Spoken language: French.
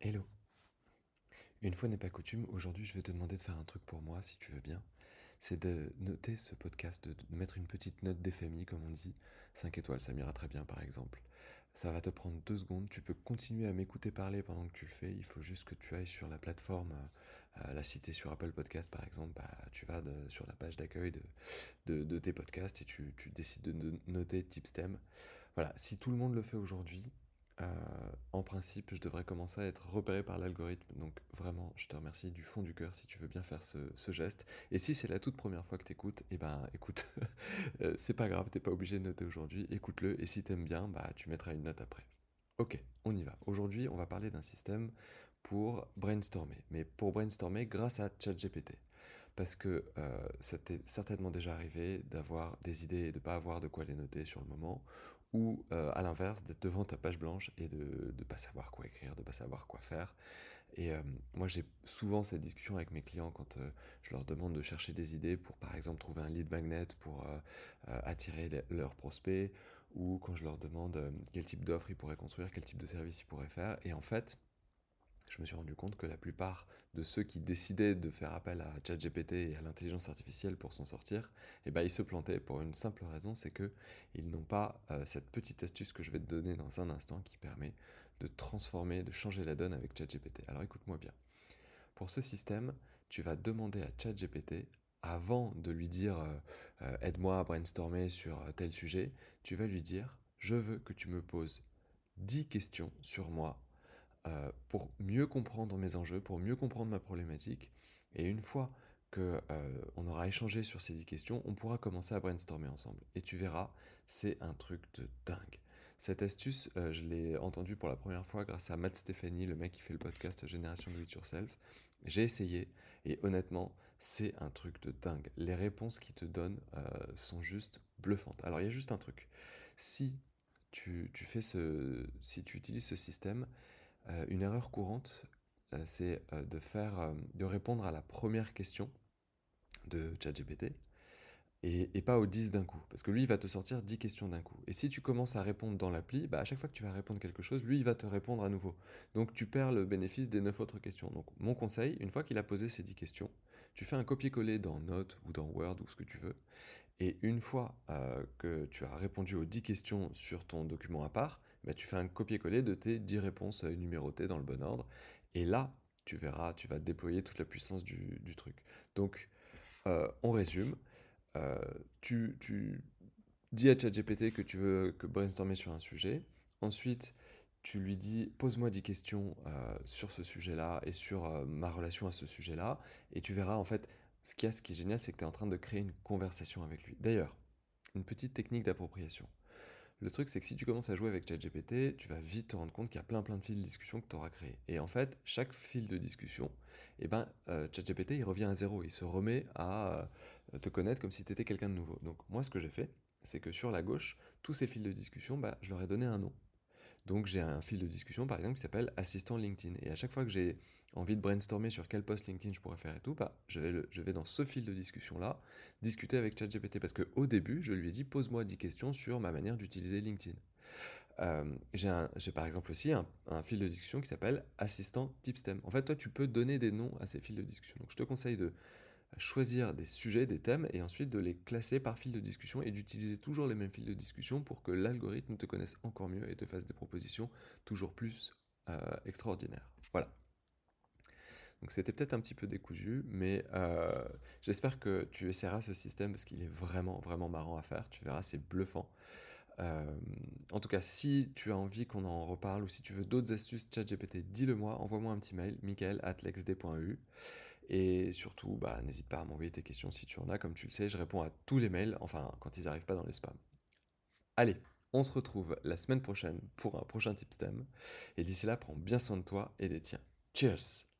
Hello. Une fois n'est pas coutume, aujourd'hui je vais te demander de faire un truc pour moi si tu veux bien. C'est de noter ce podcast, de mettre une petite note d'FMI comme on dit. 5 étoiles, ça m'ira très bien par exemple. Ça va te prendre 2 secondes, tu peux continuer à m'écouter parler pendant que tu le fais. Il faut juste que tu ailles sur la plateforme, la citer sur Apple Podcast par exemple. Tu vas sur la page d'accueil de tes podcasts et tu décides de noter Tipstem. Voilà, si tout le monde le fait aujourd'hui, euh, en principe, je devrais commencer à être repéré par l'algorithme. Donc vraiment, je te remercie du fond du cœur si tu veux bien faire ce geste. Et si c'est la toute première fois que tu écoutes, eh ben écoute, c'est pas grave, t'es pas obligé de noter aujourd'hui, écoute-le, et si t'aimes bien, bah tu mettras une note après. Ok, on y va. Aujourd'hui, on va parler d'un système pour brainstormer, mais pour brainstormer grâce à ChatGPT. Parce que ça t'est certainement déjà arrivé d'avoir des idées et de ne pas avoir de quoi les noter sur le moment, ou à l'inverse, d'être devant ta page blanche et de ne pas savoir quoi écrire, de ne pas savoir quoi faire. Et moi, j'ai souvent cette discussion avec mes clients quand je leur demande de chercher des idées pour, par exemple, trouver un lead magnet pour attirer leurs prospects, ou quand je leur demande quel type d'offre ils pourraient construire, quel type de service ils pourraient faire. Et en fait, je me suis rendu compte que la plupart de ceux qui décidaient de faire appel à ChatGPT et à l'intelligence artificielle pour s'en sortir, eh ben, ils se plantaient pour une simple raison, c'est que ils n'ont pas cette petite astuce que je vais te donner dans un instant qui permet de transformer, de changer la donne avec ChatGPT. Alors écoute-moi bien. Pour ce système, tu vas demander à ChatGPT, avant de lui dire aide-moi à brainstormer sur tel sujet, tu vas lui dire je veux que tu me poses 10 questions sur moi pour mieux comprendre mes enjeux, pour mieux comprendre ma problématique. Et une fois que on aura échangé sur ces 10 questions, on pourra commencer à brainstormer ensemble. Et tu verras, c'est un truc de dingue. Cette astuce, je l'ai entendue pour la première fois grâce à Matt Stephanie, le mec qui fait le podcast Génération Do It Yourself. J'ai essayé et honnêtement, c'est un truc de dingue. Les réponses qu'il te donne sont juste bluffantes. Alors il y a juste un truc. Si si tu utilises ce système, une erreur courante, c'est de répondre à la première question de ChatGPT et pas aux 10 d'un coup. Parce que lui, il va te sortir 10 questions d'un coup. Et si tu commences à répondre dans l'appli, bah, à chaque fois que tu vas répondre quelque chose, lui, il va te répondre à nouveau. Donc tu perds le bénéfice des 9 autres questions. Donc mon conseil, une fois qu'il a posé ces 10 questions, tu fais un copier-coller dans Note ou dans Word ou ce que tu veux. Et une fois que tu as répondu aux 10 questions sur ton document à part, bah, tu fais un copier-coller de tes 10 réponses numérotées dans le bon ordre. Et là, tu verras, tu vas déployer toute la puissance du truc. Donc, on résume. Euh, tu dis à ChatGPT que tu veux que brainstormer sur un sujet. Ensuite, tu lui dis pose-moi 10 questions sur ce sujet-là et sur ma relation à ce sujet-là. Et tu verras, en fait, ce qui est génial, c'est que tu es en train de créer une conversation avec lui. D'ailleurs, une petite technique d'appropriation. Le truc, c'est que si tu commences à jouer avec ChatGPT, tu vas vite te rendre compte qu'il y a plein de fils de discussion que tu auras créés. Et en fait, chaque fil de discussion, eh ben, ChatGPT, il revient à zéro. Il se remet à te connaître comme si tu étais quelqu'un de nouveau. Donc, moi, ce que j'ai fait, c'est que sur la gauche, tous ces fils de discussion, bah, je leur ai donné un nom. Donc j'ai un fil de discussion par exemple qui s'appelle assistant LinkedIn. Et à chaque fois que j'ai envie de brainstormer sur quel post LinkedIn je pourrais faire et tout, bah, je vais dans ce fil de discussion là discuter avec ChatGPT. Parce qu'au début, je lui ai dit pose-moi 10 questions sur ma manière d'utiliser LinkedIn. J'ai par exemple aussi un fil de discussion qui s'appelle assistant Tipstem. En fait, toi, tu peux donner des noms à ces fils de discussion. Donc je te conseille de choisir des sujets, des thèmes, et ensuite de les classer par fil de discussion et d'utiliser toujours les mêmes fils de discussion pour que l'algorithme te connaisse encore mieux et te fasse des propositions toujours plus extraordinaires. Voilà. Donc c'était peut-être un petit peu décousu, mais j'espère que tu essaieras ce système parce qu'il est vraiment marrant à faire. Tu verras, c'est bluffant. Euh, En tout cas, si tu as envie qu'on en reparle ou si tu veux d'autres astuces ChatGPT, dis-le moi, envoie-moi un petit mail, michael@lexd.eu. Et surtout, bah, n'hésite pas à m'envoyer tes questions si tu en as. Comme tu le sais, je réponds à tous les mails, enfin, quand ils n'arrivent pas dans les spams. Allez, on se retrouve la semaine prochaine pour un prochain Tipstem. Et d'ici là, prends bien soin de toi et des tiens. Cheers!